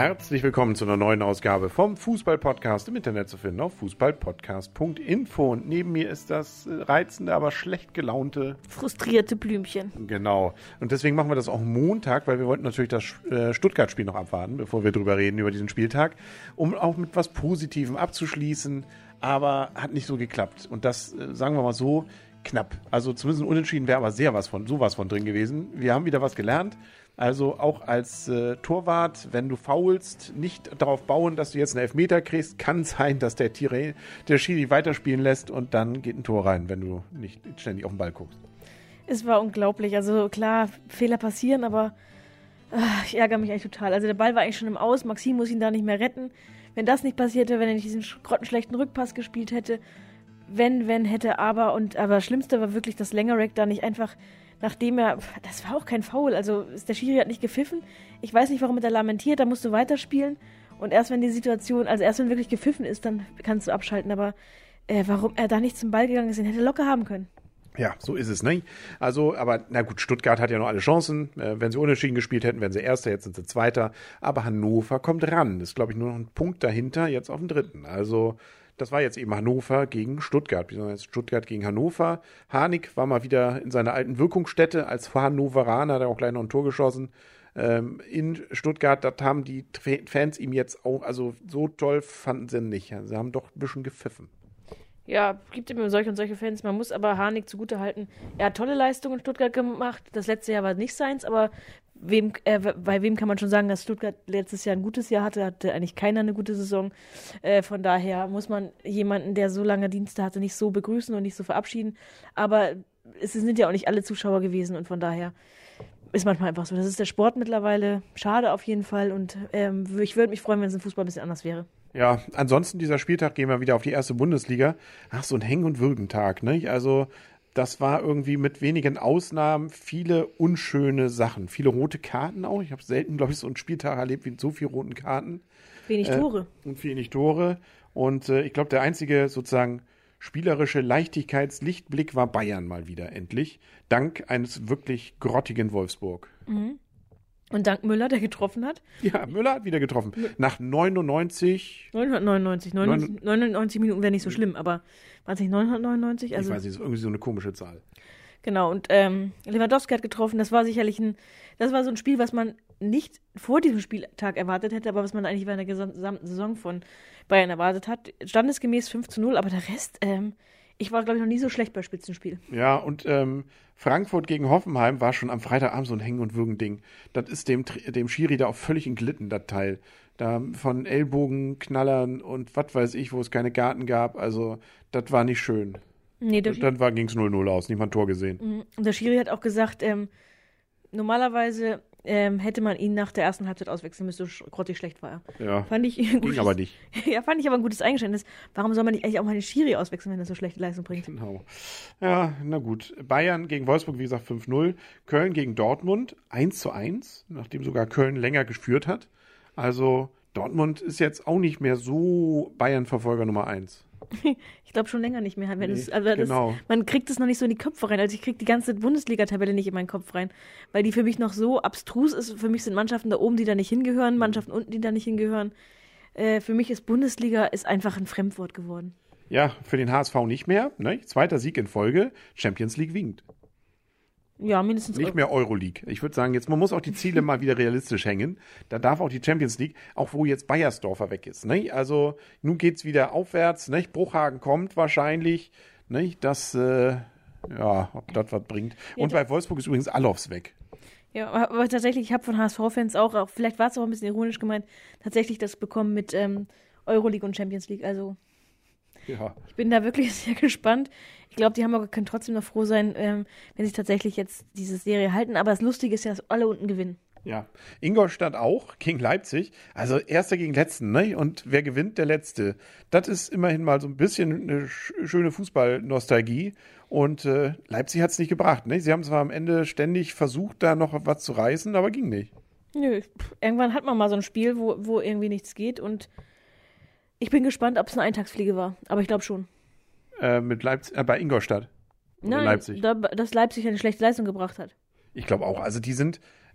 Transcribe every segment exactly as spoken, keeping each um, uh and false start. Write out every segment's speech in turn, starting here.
Herzlich willkommen zu einer neuen Ausgabe vom Fußball-Podcast, im Internet zu finden auf fußballpodcast punkt info. Und neben mir ist das reizende, aber schlecht gelaunte... frustrierte Blümchen. Genau. Und deswegen machen wir das auch Montag, weil wir wollten natürlich das Stuttgart-Spiel noch abwarten, bevor wir drüber reden, über diesen Spieltag, um auch mit was Positivem abzuschließen. Aber hat nicht so geklappt. Und das, sagen wir mal so, knapp. Also zumindest ein Unentschieden wäre aber sehr was von, sowas von drin gewesen. Wir haben wieder was gelernt. Also auch als äh, Torwart, wenn du foulst, nicht darauf bauen, dass du jetzt einen Elfmeter kriegst. Kann sein, dass der, Tire, der Schiri weiterspielen lässt und dann geht ein Tor rein, wenn du nicht ständig auf den Ball guckst. Es war unglaublich. Also klar, Fehler passieren, aber ach, ich ärgere mich eigentlich total. Also der Ball war eigentlich schon im Aus. Maxim muss ihn da nicht mehr retten. Wenn das nicht passierte, wenn er nicht diesen grottenschlechten Rückpass gespielt hätte, wenn, wenn, hätte, aber. Und aber das Schlimmste war wirklich, dass Lengerek da nicht einfach... Nachdem er, das war auch kein Foul, also der Schiri hat nicht gepfiffen. Ich weiß nicht, warum er da lamentiert, da musst du weiterspielen. Und erst wenn die Situation, also erst wenn wirklich gepfiffen ist, dann kannst du abschalten. Aber äh, warum er da nicht zum Ball gegangen ist, den hätte er locker haben können. Ja, so ist es, ne? Also, aber na gut, Stuttgart hat ja noch alle Chancen. Äh, wenn sie unentschieden gespielt hätten, wären sie Erster, jetzt sind sie Zweiter. Aber Hannover kommt ran. Das ist, glaube ich, nur noch ein Punkt dahinter, jetzt auf dem Dritten. Also... Das war jetzt eben Hannover gegen Stuttgart, beziehungsweise Stuttgart gegen Hannover. Harnik war mal wieder in seiner alten Wirkungsstätte als Hannoveraner, hat er auch gleich noch ein Tor geschossen. Ähm, in Stuttgart, das haben die Fans ihm jetzt auch, also so toll fanden sie nicht. Sie haben doch ein bisschen gepfiffen. Ja, gibt immer solche und solche Fans. Man muss aber Harnik zugutehalten. Er hat tolle Leistungen in Stuttgart gemacht. Das letzte Jahr war nicht seins, aber wem, äh, bei wem kann man schon sagen, dass Stuttgart letztes Jahr ein gutes Jahr hatte? Hatte eigentlich keiner eine gute Saison. Äh, von daher muss man jemanden, der so lange Dienste hatte, nicht so begrüßen und nicht so verabschieden. Aber es sind ja auch nicht alle Zuschauer gewesen und von daher ist manchmal einfach so. Das ist der Sport mittlerweile. Schade auf jeden Fall und ähm, ich würde mich freuen, wenn es im Fußball ein bisschen anders wäre. Ja, ansonsten dieser Spieltag gehen wir wieder auf die erste Bundesliga. Ach, so ein Hängen- und Würgentag, ne? Also das war irgendwie mit wenigen Ausnahmen viele unschöne Sachen. Viele rote Karten auch. Ich habe selten, glaube ich, so einen Spieltag erlebt wie mit so vielen roten Karten. Wenig Tore. Äh, und wenig Tore. Und äh, ich glaube, der einzige sozusagen spielerische Leichtigkeitslichtblick war Bayern mal wieder endlich. Dank eines wirklich grottigen Wolfsburg. Mhm. Und dank Müller, der getroffen hat. Ja, Müller hat wieder getroffen. Nach neunundneunzig... neunhundertneunundneunzig. neunundneunzig, neunundneunzig Minuten wäre nicht so schlimm, aber war es nicht neunhundertneunundneunzig? Also, ich weiß nicht, das ist irgendwie so eine komische Zahl. Genau, und ähm, Lewandowski hat getroffen. Das war sicherlich ein... Das war so ein Spiel, was man nicht vor diesem Spieltag erwartet hätte, aber was man eigentlich während der gesamten Saison von Bayern erwartet hat. Standesgemäß fünf zu null, aber der Rest... Ähm, Ich war, glaube ich, noch nie so schlecht bei Spitzenspiel. Ja, und ähm, Frankfurt gegen Hoffenheim war schon am Freitagabend so ein Hängen- und Würgen-Ding. Das ist dem, dem Schiri da auch völlig entglitten, das Teil. Da von Ellbogenknallern und was weiß ich, wo es keine Garten gab. Also, das war nicht schön. Nee, der Dann ging es null null aus, niemand Tor gesehen. Und der Schiri hat auch gesagt, ähm, normalerweise ähm, hätte man ihn nach der ersten Halbzeit auswechseln müssen, so grottig schlecht war er. Ja, fand ich ging gutes, aber nicht. Ja, fand ich aber ein gutes Eingeständnis. Warum soll man nicht eigentlich auch mal den Schiri auswechseln, wenn er so schlechte Leistung bringt? Genau. Ja, na gut. Bayern gegen Wolfsburg, wie gesagt, fünf null. Köln gegen Dortmund, eins zu eins, nachdem sogar Köln länger geführt hat. Also Dortmund ist jetzt auch nicht mehr so Bayern-Verfolger Nummer eins. Ich glaube schon länger nicht mehr. Wenn nee, es, also das, genau. Man kriegt es noch nicht so in die Köpfe rein. Also ich kriege die ganze Bundesliga-Tabelle nicht in meinen Kopf rein, weil die für mich noch so abstrus ist. Für mich sind Mannschaften da oben, die da nicht hingehören, Mannschaften unten, die da nicht hingehören. Äh, für mich ist Bundesliga ist einfach ein Fremdwort geworden. Ja, für den H S V nicht mehr. Ne? Zweiter Sieg in Folge. Champions League winkt. Ja, mindestens. Nicht mehr Euroleague. Ich würde sagen, jetzt man muss auch die Ziele mal wieder realistisch hängen. Da darf auch die Champions League, auch wo jetzt Bayersdorfer weg ist. Ne? Also nun geht's wieder aufwärts. Ne? Bruchhagen kommt wahrscheinlich. Ne? Das, äh, ja, ob das was bringt. Ja, und bei Wolfsburg ist übrigens Alofs weg. Ja, aber tatsächlich, ich habe von H S V-Fans auch, auch, vielleicht war es auch ein bisschen ironisch gemeint, tatsächlich das bekommen mit ähm, Euroleague und Champions League. Also ja. Ich bin da wirklich sehr gespannt. Ich glaube, die Hamburger können trotzdem noch froh sein, ähm, wenn sie tatsächlich jetzt diese Serie halten. Aber das Lustige ist ja, dass alle unten gewinnen. Ja, Ingolstadt auch gegen Leipzig. Also Erster gegen Letzten, ne? Und wer gewinnt, der Letzte. Das ist immerhin mal so ein bisschen eine schöne Fußball-Nostalgie. Und äh, Leipzig hat es nicht gebracht, ne? Sie haben zwar am Ende ständig versucht, da noch was zu reißen, aber ging nicht. Nö, irgendwann hat man mal so ein Spiel, wo, wo irgendwie nichts geht. Und ich bin gespannt, ob es eine Eintagsfliege war. Aber ich glaube schon. Äh, mit Leipzig, äh, bei Ingolstadt. Nein, Leipzig. Da, dass Leipzig eine schlechte Leistung gebracht hat. Ich glaube auch. Also die sind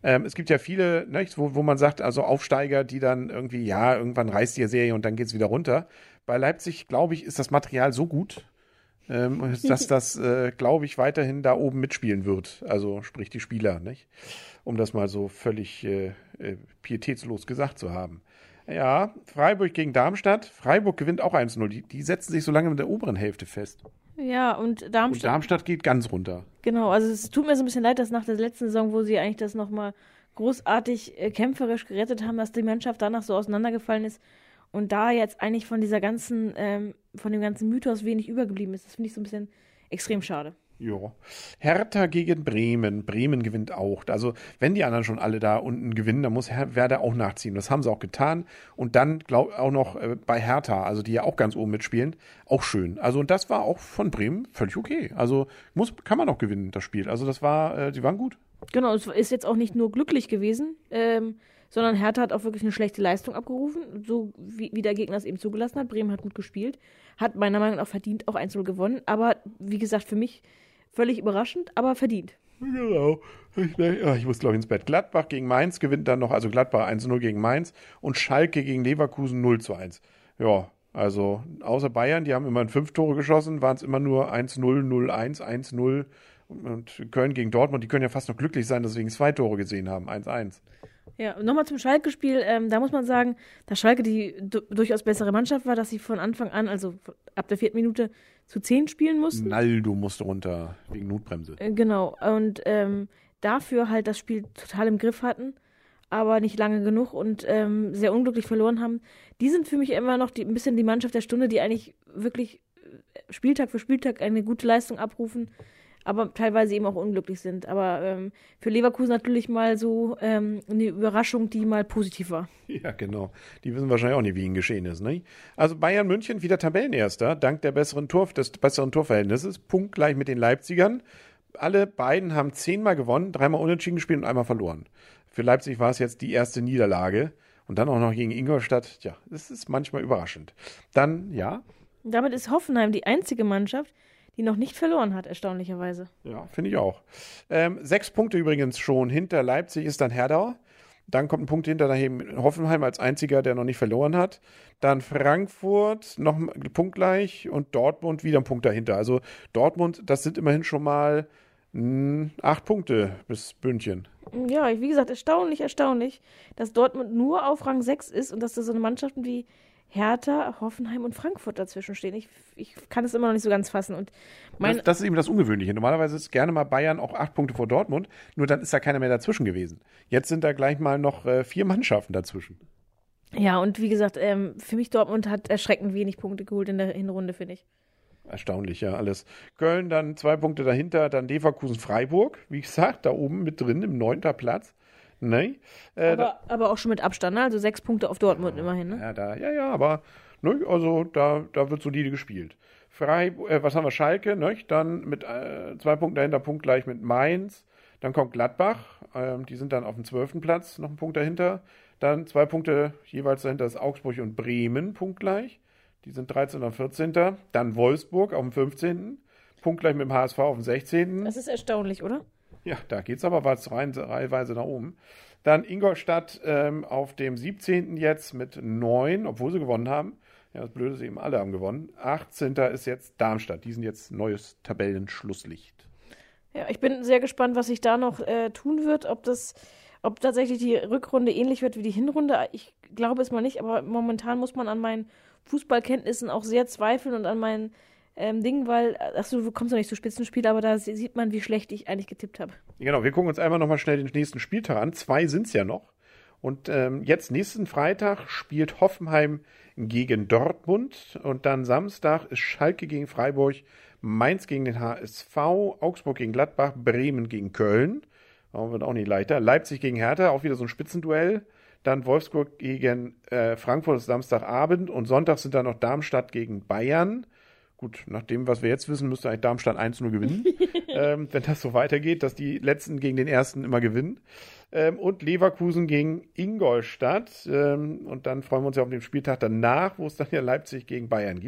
Ähm, es gibt ja viele, ne, wo, wo man sagt, also Aufsteiger, die dann irgendwie, ja, irgendwann reißt die Serie und dann geht's wieder runter. Bei Leipzig, glaube ich, ist das Material so gut, ähm, dass das, äh, glaube ich, weiterhin da oben mitspielen wird. Also sprich die Spieler, nicht? Um das mal so völlig äh, äh, pietätslos gesagt zu haben. Ja, Freiburg gegen Darmstadt. Freiburg gewinnt auch eins null. Die, die setzen sich so lange mit der oberen Hälfte fest. Ja, und Und Darmstadt. Darmstadt geht ganz runter. Genau, also es tut mir so ein bisschen leid, dass nach der letzten Saison, wo sie eigentlich das nochmal großartig äh, kämpferisch gerettet haben, dass die Mannschaft danach so auseinandergefallen ist und da jetzt eigentlich von dieser ganzen, ähm, von dem ganzen Mythos wenig übergeblieben ist. Das finde ich so ein bisschen extrem schade. Ja. Hertha gegen Bremen. Bremen gewinnt auch. Also, wenn die anderen schon alle da unten gewinnen, dann muss Her- Werder auch nachziehen. Das haben sie auch getan. Und dann, glaub auch noch äh, bei Hertha, also die ja auch ganz oben mitspielen, auch schön. Also, und das war auch von Bremen völlig okay. Also, muss, kann man auch gewinnen, das Spiel. Also, das war, äh, die waren gut. Genau, es ist jetzt auch nicht nur glücklich gewesen, ähm, sondern Hertha hat auch wirklich eine schlechte Leistung abgerufen, so wie, wie der Gegner es eben zugelassen hat. Bremen hat gut gespielt, hat meiner Meinung nach verdient auch eins null gewonnen, aber wie gesagt, für mich völlig überraschend, aber verdient. Genau. Ich, ja, ich muss, glaube ich, ins Bett. Gladbach gegen Mainz gewinnt dann noch, also Gladbach eins null gegen Mainz und Schalke gegen Leverkusen null zu eins. Ja, also außer Bayern, die haben immerhin fünf Tore geschossen, waren es immer nur eins null, null eins, eins null. Und Köln gegen Dortmund, die können ja fast noch glücklich sein, dass sie wegen zwei Tore gesehen haben, eins eins. Ja, und nochmal zum Schalke-Spiel, ähm, da muss man sagen, dass Schalke die du durchaus bessere Mannschaft war, dass sie von Anfang an, also ab der vierten Minute, zu zehn spielen mussten. Naldo musste runter, wegen Notbremse. Äh, Genau, und ähm, dafür halt das Spiel total im Griff hatten, aber nicht lange genug und ähm, sehr unglücklich verloren haben. Die sind für mich immer noch die, ein bisschen die Mannschaft der Stunde, die eigentlich wirklich äh, Spieltag für Spieltag eine gute Leistung abrufen, aber teilweise eben auch unglücklich sind. Aber ähm, für Leverkusen natürlich mal so ähm, eine Überraschung, die mal positiv war. Ja, genau. Die wissen wahrscheinlich auch nicht, wie ihnen geschehen ist. Ne? Also Bayern München wieder Tabellenerster, dank der besseren Tor, des besseren Torverhältnisses, punktgleich mit den Leipzigern. Alle beiden haben zehnmal gewonnen, dreimal unentschieden gespielt und einmal verloren. Für Leipzig war es jetzt die erste Niederlage. Und dann auch noch gegen Ingolstadt. Ja, das ist manchmal überraschend. Dann, ja. Damit ist Hoffenheim die einzige Mannschaft, die noch nicht verloren hat, erstaunlicherweise. Ja, finde ich auch. Ähm, sechs Punkte übrigens schon. Hinter Leipzig ist dann Hertha. Dann kommt ein Punkt hinter daheim Hoffenheim als einziger, der noch nicht verloren hat. Dann Frankfurt noch punktgleich und Dortmund wieder ein Punkt dahinter. Also Dortmund, das sind immerhin schon mal mh, acht Punkte bis München. Ja, wie gesagt, erstaunlich, erstaunlich, dass Dortmund nur auf Rang sechs ist und dass da so eine Mannschaften wie Hertha, Hoffenheim und Frankfurt dazwischen stehen. Ich, ich kann es immer noch nicht so ganz fassen. Und mein das, das ist eben das Ungewöhnliche. Normalerweise ist gerne mal Bayern auch acht Punkte vor Dortmund, nur dann ist da keiner mehr dazwischen gewesen. Jetzt sind da gleich mal noch äh, vier Mannschaften dazwischen. Ja, und wie gesagt, ähm, für mich Dortmund hat erschreckend wenig Punkte geholt in der Hinrunde, finde ich. Erstaunlich, ja, alles. Köln dann zwei Punkte dahinter, dann Leverkusen Freiburg, wie gesagt, da oben mit drin im neunter Platz. Ne? Äh, aber, aber auch schon mit Abstand, ne? Also sechs Punkte auf Dortmund immerhin, ne? Ja, da, ja, ja, aber ne, also da, da wird solide gespielt. Freiburg, äh, was haben wir, Schalke, ne? Dann mit äh, zwei Punkten dahinter, punktgleich mit Mainz. Dann kommt Gladbach, ähm, die sind dann auf dem zwölften Platz, noch ein Punkt dahinter. Dann zwei Punkte jeweils dahinter ist Augsburg und Bremen, punktgleich. Die sind dreizehnter und vierzehnter Dann Wolfsburg auf dem fünfzehnten Punktgleich mit dem H S V auf dem sechzehnten Das ist erstaunlich, oder? Ja, da geht's aber was rein, reihenweise nach oben. Dann Ingolstadt ähm, auf dem siebzehnten jetzt mit neun, obwohl sie gewonnen haben. Ja, das Blöde ist eben, alle haben gewonnen. achtzehnter ist jetzt Darmstadt. Die sind jetzt neues Tabellenschlusslicht. Ja, ich bin sehr gespannt, was sich da noch äh, tun wird. Ob das, ob tatsächlich die Rückrunde ähnlich wird wie die Hinrunde. Ich glaube es mal nicht, aber momentan muss man an meinen Fußballkenntnissen auch sehr zweifeln und an meinen ähm, Dingen, weil, achso, du kommst ja nicht zu Spitzenspiel, aber da sieht man, wie schlecht ich eigentlich getippt habe. Genau, wir gucken uns einmal nochmal schnell den nächsten Spieltag an. Zwei sind es ja noch. Und ähm, jetzt nächsten Freitag spielt Hoffenheim gegen Dortmund und dann Samstag ist Schalke gegen Freiburg, Mainz gegen den H S V, Augsburg gegen Gladbach, Bremen gegen Köln. Das wird auch nicht leichter. Leipzig gegen Hertha, auch wieder so ein Spitzenduell. Dann Wolfsburg gegen äh, Frankfurt ist Samstagabend und Sonntag sind dann noch Darmstadt gegen Bayern. Gut, nach dem, was wir jetzt wissen, müsste eigentlich Darmstadt eins null gewinnen, ähm, wenn das so weitergeht, dass die Letzten gegen den Ersten immer gewinnen. Ähm, und Leverkusen gegen Ingolstadt. Ähm, und dann freuen wir uns ja auf den Spieltag danach, wo es dann ja Leipzig gegen Bayern gibt.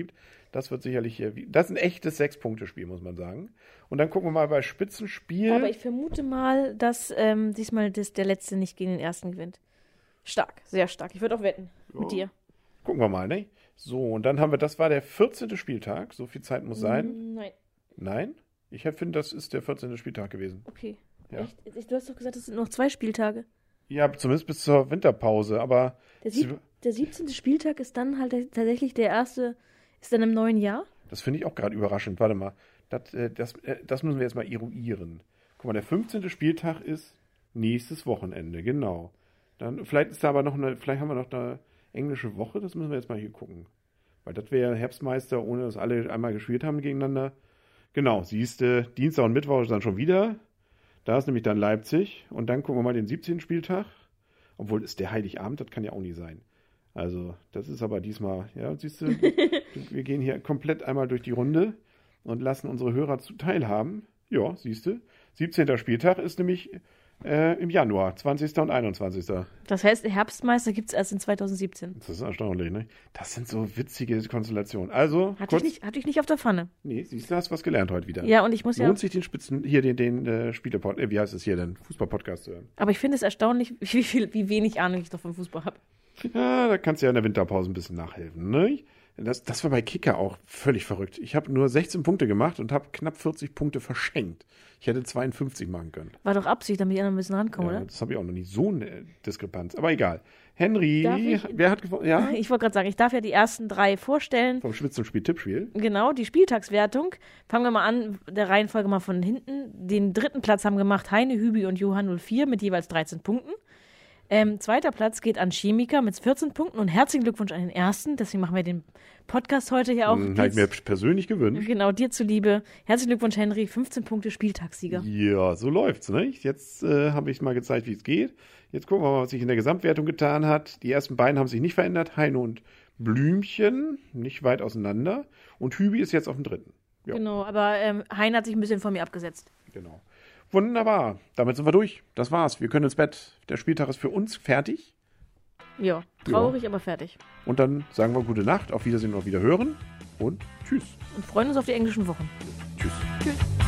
Das wird sicherlich, äh, das ist ein echtes Sechs-Punkte-Spiel, muss man sagen. Und dann gucken wir mal bei Spitzenspiel. Aber ich vermute mal, dass ähm, diesmal das, der Letzte nicht gegen den Ersten gewinnt. Stark, sehr stark. Ich würde auch wetten Ja. mit dir. Gucken wir mal, ne? So, und dann haben wir, das war der vierzehnte Spieltag. So viel Zeit muss sein. Mm, Nein, Nein? Ich finde, das ist der vierzehnte Spieltag gewesen. okay. Ja. Echt? Ich- Du hast doch gesagt, es sind noch zwei Spieltage. Ja, zumindest bis zur Winterpause, aber Der, sieb der siebzehnte Spieltag ist dann halt der- tatsächlich der erste, ist dann im neuen Jahr. das finde ich auch gerade überraschend. Warte mal, das, äh, das, äh, das müssen wir jetzt mal eruieren. Guck mal, der fünfzehnte Spieltag ist nächstes Wochenende, genau. Dann, vielleicht ist da aber noch eine, vielleicht haben wir noch eine englische Woche, das müssen wir jetzt mal hier gucken. Weil das wäre Herbstmeister, ohne dass alle einmal gespielt haben gegeneinander. Genau, siehst du, Dienstag und Mittwoch ist dann schon wieder. Da ist nämlich dann Leipzig. Und dann gucken wir mal den siebzehnten Spieltag. Obwohl, ist der Heiligabend, das kann ja auch nie sein. Also, das ist aber diesmal, ja, siehst du, wir gehen hier komplett einmal durch die Runde und lassen unsere Hörer zu teilhaben. Ja, siehst du, siebzehnter Spieltag ist nämlich äh, im Januar, zwanzigsten und einundzwanzigsten Das heißt, der Herbstmeister gibt es erst in zweitausendsiebzehn. Das ist erstaunlich, ne? Das sind so witzige Konstellationen. Also, Hatte kurz, ich, nicht, hatte ich nicht auf der Pfanne. nee, siehst du, hast was gelernt heute wieder. Ja, und ich muss ja. Lohnt sich den Spitzen, hier den, den äh, Spielepod, äh, wie heißt es hier denn, Fußball-Podcast zu hören. Aber ich finde es erstaunlich, wie, viel, wie wenig Ahnung ich doch vom Fußball habe. Ja, da kannst du ja in der Winterpause ein bisschen nachhelfen, ne? Das, das war bei Kicker auch völlig verrückt. Ich habe nur sechzehn Punkte gemacht und habe knapp vierzig Punkte verschenkt. Ich hätte zweiundfünfzig machen können. War doch Absicht, damit die anderen ein bisschen rankommen, Ja, oder? das habe ich auch noch nicht so eine Diskrepanz. Aber egal. Henry, Darf ich- wer hat gewonnen? Ja, Ich wollte gerade sagen, ich darf ja die ersten drei vorstellen. vom Spitzenspiel-Tippspiel. Genau, die Spieltagswertung. Fangen wir mal an, der Reihenfolge mal von hinten. Den dritten Platz haben gemacht Heine, Hübi und Johann null vier mit jeweils dreizehn Punkten. Ähm, zweiter Platz geht an Chemiker mit vierzehn Punkten und herzlichen Glückwunsch an den ersten. Deswegen machen wir den Podcast heute ja auch. Hm, dir Habe ich mir zu- persönlich gewünscht. Genau, dir zuliebe. Herzlichen Glückwunsch, Henry. fünfzehn Punkte Spieltagssieger. Ja, so läuft's, ne? Jetzt äh, habe ich mal gezeigt, wie es geht. Jetzt gucken wir mal, was sich in der Gesamtwertung getan hat. Die ersten beiden haben sich nicht verändert. Heine und Blümchen, nicht weit auseinander. Und Hübi ist jetzt auf dem dritten. Ja. Genau, aber ähm, Heine hat sich ein bisschen von mir abgesetzt. Genau. Wunderbar. Damit sind wir durch. Das war's. Wir können ins Bett. Der Spieltag ist für uns fertig. Ja, traurig, aber fertig. Und dann sagen wir gute Nacht, auf Wiedersehen und auf Wiederhören. Und tschüss. Und freuen uns auf die englischen Wochen. Tschüss. Tschüss.